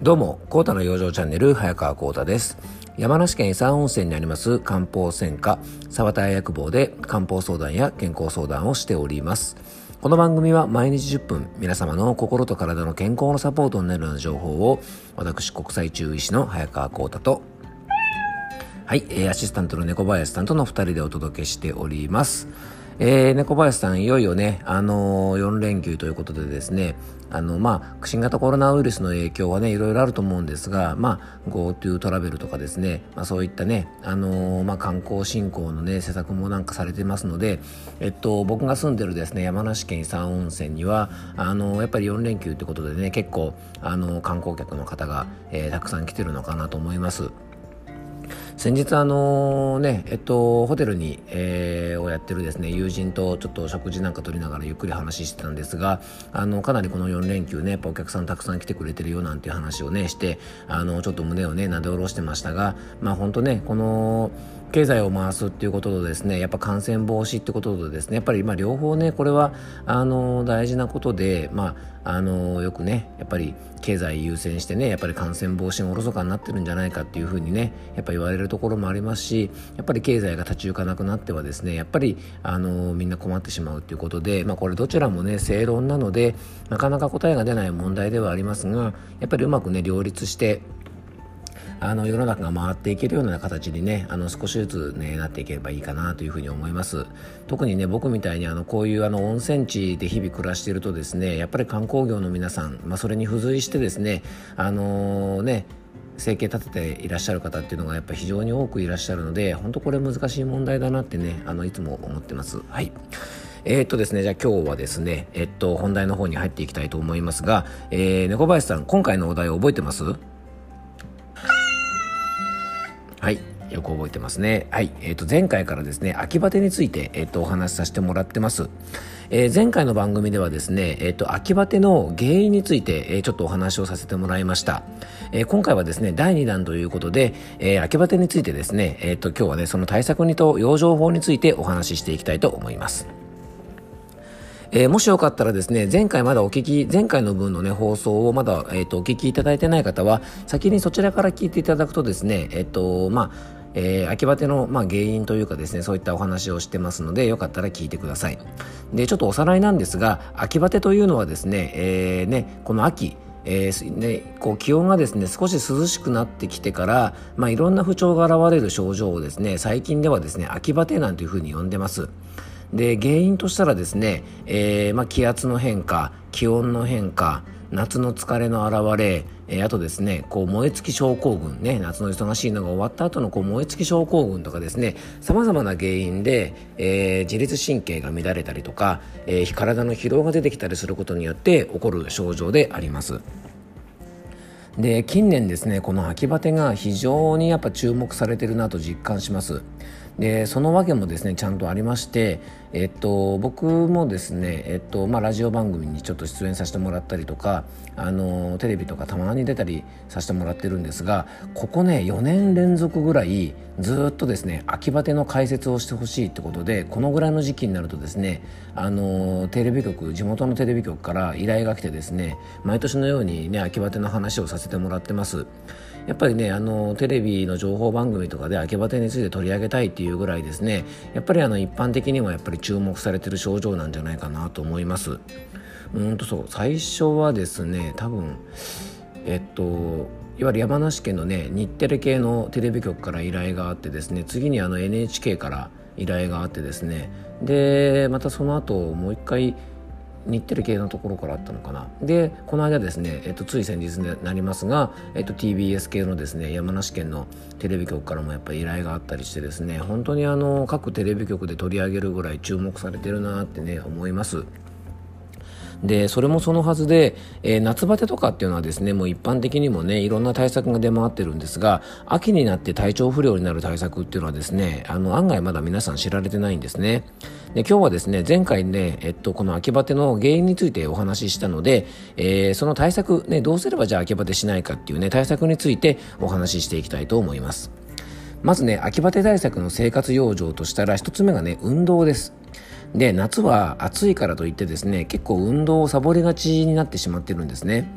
どうも、コータの養生チャンネル、早川コータです。山梨県伊佐温泉にあります漢方専科沢田屋薬房で漢方相談や健康相談をしております。この番組は毎日10分、皆様の心と体の健康のサポートになるような情報を、私国際中医師の早川コータとアシスタントの猫林さんとの2人でお届けしております。猫林さん、いよいよね、4連休ということでですね、新型コロナウイルスの影響はね、いろいろあると思うんですが、GoTo トラベルとかですね、そういったね、観光振興のね、施策もなんかされてますので、僕が住んでるですね、山梨県伊佐温泉には、やっぱり4連休ということでね、結構、観光客の方が、たくさん来てるのかなと思います。先日ホテルに、をやってるですね友人とちょっと食事なんか取りながらゆっくり話してたんですが、かなりこの4連休ね、やっぱお客さんたくさん来てくれてるよなんていう話をねして、ちょっと胸をねなで下ろしてましたが、本当ね、この経済を回すっていうこととですね、やっぱ感染防止ってこととですね、やっぱり両方ね、これは大事なことで、よくね、やっぱり経済優先してね、やっぱり感染防止がおろそかになってるんじゃないかっていうふうにね、やっぱ言われるところもありますし、やっぱり経済が立ち行かなくなってはですね、やっぱりみんな困ってしまうということで、これどちらもね正論なので、なかなか答えが出ない問題ではありますが、やっぱりうまくね両立して世の中が回っていけるような形にね、少しずつねなっていければいいかなというふうに思います。特にね、僕みたいにこういう温泉地で日々暮らしているとですね、やっぱり観光業の皆さん、それに付随してですね、生計立てていらっしゃる方っていうのがやっぱり非常に多くいらっしゃるので、本当これ難しい問題だなってね、いつも思ってます。ですね、じゃあ今日はですね、本題の方に入っていきたいと思いますが、猫林さん、今回のお題を覚えてます？よく覚えてますね。前回からですね、秋バテについて、お話しさせてもらってます。前回の番組ではですね、秋バテの原因について、ちょっとお話をさせてもらいました。今回はですね、第2弾ということで、秋バテについてですね、今日はね、その対策にと養生法についてお話ししていきたいと思います。もしよかったらですね、前回の分のね放送をまだ、お聞きいただいてない方は、先にそちらから聞いていただくとですね、秋バテの、原因というかですね、そういったお話をしてますので、よかったら聞いてください。で、ちょっとおさらいなんですが、秋バテというのはですね、この秋、気温がですね少し涼しくなってきてから、いろんな不調が現れる症状をですね、最近ではですね秋バテなんていうふうに呼んでます。で、原因としたらですね、気圧の変化、気温の変化、夏の疲れの現れ、あとですね、燃え尽き症候群ね、夏の忙しいのが終わった後の燃え尽き症候群とかですね、様々な原因で、自律神経が乱れたりとか、体の疲労が出てきたりすることによって起こる症状であります。で、近年ですね、この秋バテが非常にやっぱ注目されてるなと実感します。で、その訳もですねちゃんとありまして、僕もですね、ラジオ番組にちょっと出演させてもらったりとか、テレビとかたまに出たりさせてもらってるんですが、ここね4年連続ぐらいずっとですね秋バテの解説をしてほしいってことで、このぐらいの時期になるとですね、テレビ局、地元のテレビ局から依頼が来てですね、毎年のようにね秋バテの話をさせてもらってます。やっぱりね、テレビの情報番組とかで秋バテについて取り上げたいっていうぐらいですね、やっぱり一般的にはやっぱり注目されている症状なんじゃないかなと思います。そう、最初はですね、多分いわゆる山梨県のね日テレ系のテレビ局から依頼があってですね、次にNHK から依頼があってですね、でまたその後もう一回日テレ系のところからあったのかな。で、この間ですね、つい先日になりますが、TBS 系のですね山梨県のテレビ局からもやっぱり依頼があったりしてですね、本当に各テレビ局で取り上げるぐらい注目されてるなってね思います。で、それもそのはずで、夏バテとかっていうのはですね、もう一般的にもねいろんな対策が出回ってるんですが、秋になって体調不良になる対策っていうのはですね、案外まだ皆さん知られてないんですね。で、今日はですね、前回ね、この秋バテの原因についてお話ししたので、その対策ね、どうすればじゃあ秋バテしないかっていうね対策についてお話ししていきたいと思います。まずね、秋バテ対策の生活養生としたら一つ目がね、運動です。で、夏は暑いからといってですね、結構運動をサボりがちになってしまってるんですね。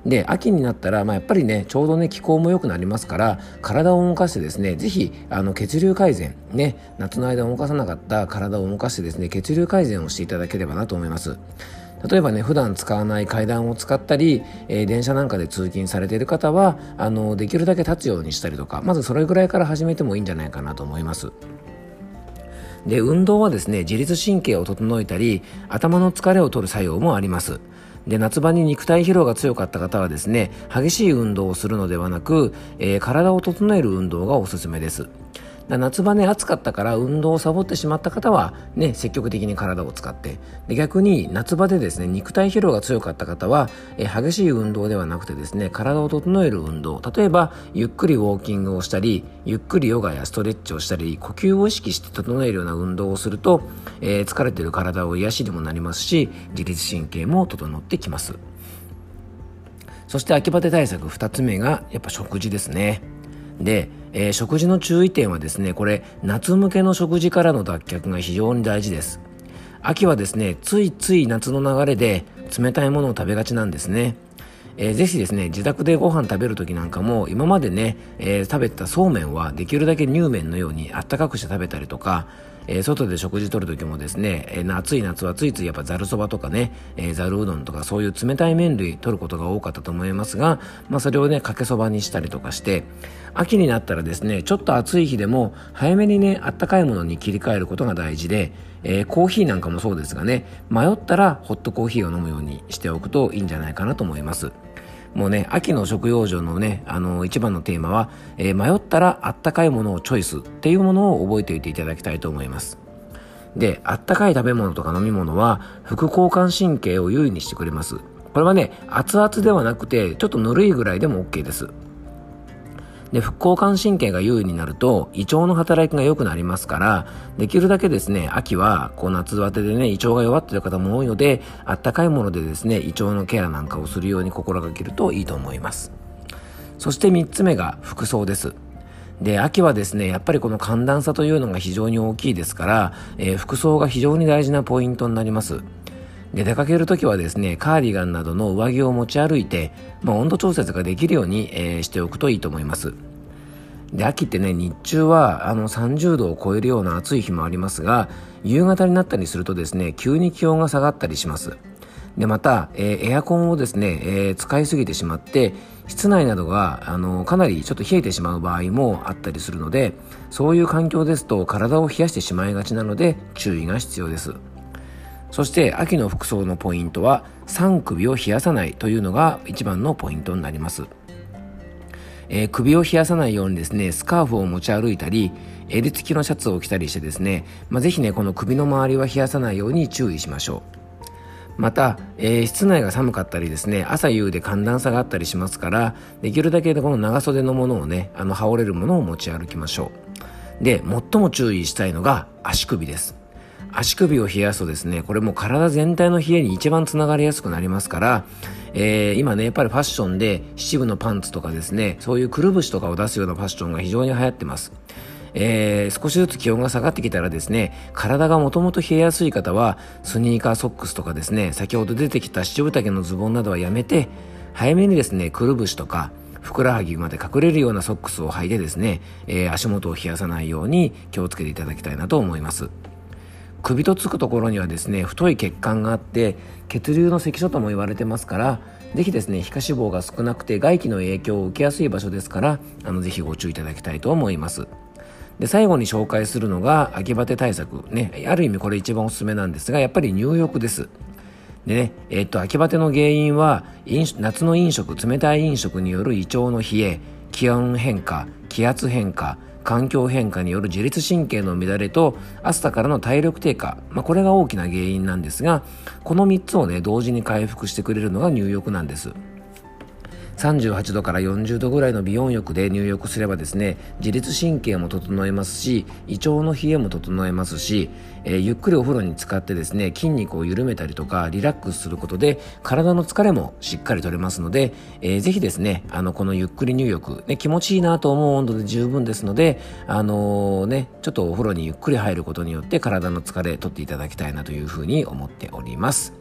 で、秋になったら、やっぱりね、ちょうどね、気候も良くなりますから、体を動かしてですね、ぜひ、血流改善、ね、夏の間動かさなかった体を動かしてですね、血流改善をしていただければなと思います。例えばね、普段使わない階段を使ったり、電車なんかで通勤されている方は、できるだけ立つようにしたりとか、まずそれぐらいから始めてもいいんじゃないかなと思います。で、運動はですね、自律神経を整えたり、頭の疲れを取る作用もあります。で、夏場に肉体疲労が強かった方はですね、激しい運動をするのではなく、体を整える運動がおすすめです。夏場ね、暑かったから運動をサボってしまった方はね、積極的に体を使って、で、逆に夏場でですね、肉体疲労が強かった方は、激しい運動ではなくてですね、体を整える運動、例えばゆっくりウォーキングをしたり、ゆっくりヨガやストレッチをしたり、呼吸を意識して整えるような運動をすると、疲れている体を癒しにもなりますし、自律神経も整ってきます。そして秋バテ対策2つ目がやっぱ食事ですね。で、食事の注意点はですね、これ夏向けの食事からの脱却が非常に大事です。秋はですね、ついつい夏の流れで冷たいものを食べがちなんですね。ぜひですね、自宅でご飯食べる時なんかも今までね、食べたそうめんはできるだけ乳麺のようにあったかくして食べたりとか、外で食事取る時もですね、暑い夏はついついやっぱざるそばとかね、ざるうどんとかそういう冷たい麺類取ることが多かったと思いますが、それをね、かけそばにしたりとかして、秋になったらですね、ちょっと暑い日でも早めにね、あったかいものに切り替えることが大事で、コーヒーなんかもそうですがね、迷ったらホットコーヒーを飲むようにしておくといいんじゃないかなと思います。もうね、秋の食用場のね、一番のテーマは、迷ったらあったかいものをチョイスっていうものを覚えておいていただきたいと思います。で、あったかい食べ物とか飲み物は副交感神経を優位にしてくれます。これはね、熱々ではなくてちょっとぬるいぐらいでも OK です。で、副交感神経が優位になると胃腸の働きが良くなりますから、できるだけですね、秋は夏バテでね、胃腸が弱っている方も多いので、あったかいものでですね、胃腸のケアなんかをするように心がけるといいと思います。そして3つ目が服装です。で、秋はですね、やっぱりこの寒暖差というのが非常に大きいですから、服装が非常に大事なポイントになります。で、出かけるときはですね、カーディガンなどの上着を持ち歩いて、温度調節ができるように、しておくといいと思います。で、秋ってね、日中は30度を超えるような暑い日もありますが、夕方になったりするとですね、急に気温が下がったりします。で、また、エアコンをですね、使いすぎてしまって室内などがかなりちょっと冷えてしまう場合もあったりするので、そういう環境ですと体を冷やしてしまいがちなので注意が必要です。そして秋の服装のポイントは3首を冷やさないというのが一番のポイントになります。首を冷やさないようにですね、スカーフを持ち歩いたり襟付きのシャツを着たりしてですね、ぜひね、この首の周りは冷やさないように注意しましょう。また、室内が寒かったりですね、朝夕で寒暖差があったりしますから、できるだけこの長袖のものをね、羽織れるものを持ち歩きましょう。で、最も注意したいのが足首です。足首を冷やすとですね、これも体全体の冷えに一番つながりやすくなりますから、今ね、やっぱりファッションで七分のパンツとかですね、そういうくるぶしとかを出すようなファッションが非常に流行ってます。少しずつ気温が下がってきたらですね、体がもともと冷えやすい方はスニーカーソックスとかですね、先ほど出てきた七分丈のズボンなどはやめて、早めにですね、くるぶしとかふくらはぎまで隠れるようなソックスを履いてですね、足元を冷やさないように気をつけていただきたいなと思います。首とつくところにはですね、太い血管があって血流の関所とも言われてますから、ぜひですね、皮下脂肪が少なくて外気の影響を受けやすい場所ですから、ぜひご注意いただきたいと思います。で、最後に紹介するのが秋バテ対策ね、ある意味これ一番おすすめなんですが、やっぱり入浴です。でね、秋バテの原因は夏の飲食、冷たい飲食による胃腸の冷え、気温変化、気圧変化、環境変化による自律神経の乱れと暑さからの体力低下、これが大きな原因なんですが、この3つをね、同時に回復してくれるのが入浴なんです。38度から40度ぐらいの微温浴で入浴すればですね、自律神経も整えますし、胃腸の冷えも整えますし、ゆっくりお風呂に浸かってですね、筋肉を緩めたりとかリラックスすることで体の疲れもしっかり取れますので、ぜひですね、このゆっくり入浴、ね、気持ちいいなと思う温度で十分ですので、ちょっとお風呂にゆっくり入ることによって体の疲れ取っていただきたいなというふうに思っております。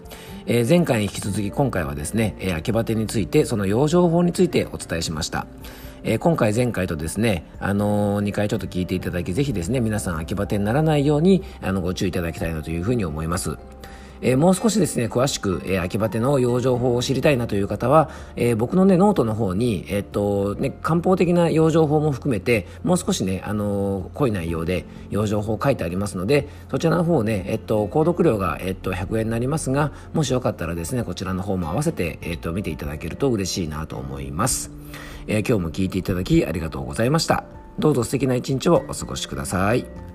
前回に引き続き今回はですね、秋バテについてその養生法についてお伝えしました。今回前回とですね、2回ちょっと聞いていただき、ぜひですね皆さん秋バテにならないようにご注意いただきたいなというふうに思います。もう少しですね詳しく、秋バテの養生法を知りたいなという方は、僕のねノートの方に、漢方的な養生法も含めてもう少しね、濃い内容で養生法書いてありますので、そちらの方ね、購読料が、100円になりますが、もしよかったらですねこちらの方も合わせて、見ていただけると嬉しいなと思います。今日も聞いていただきありがとうございました。どうぞ素敵な一日をお過ごしください。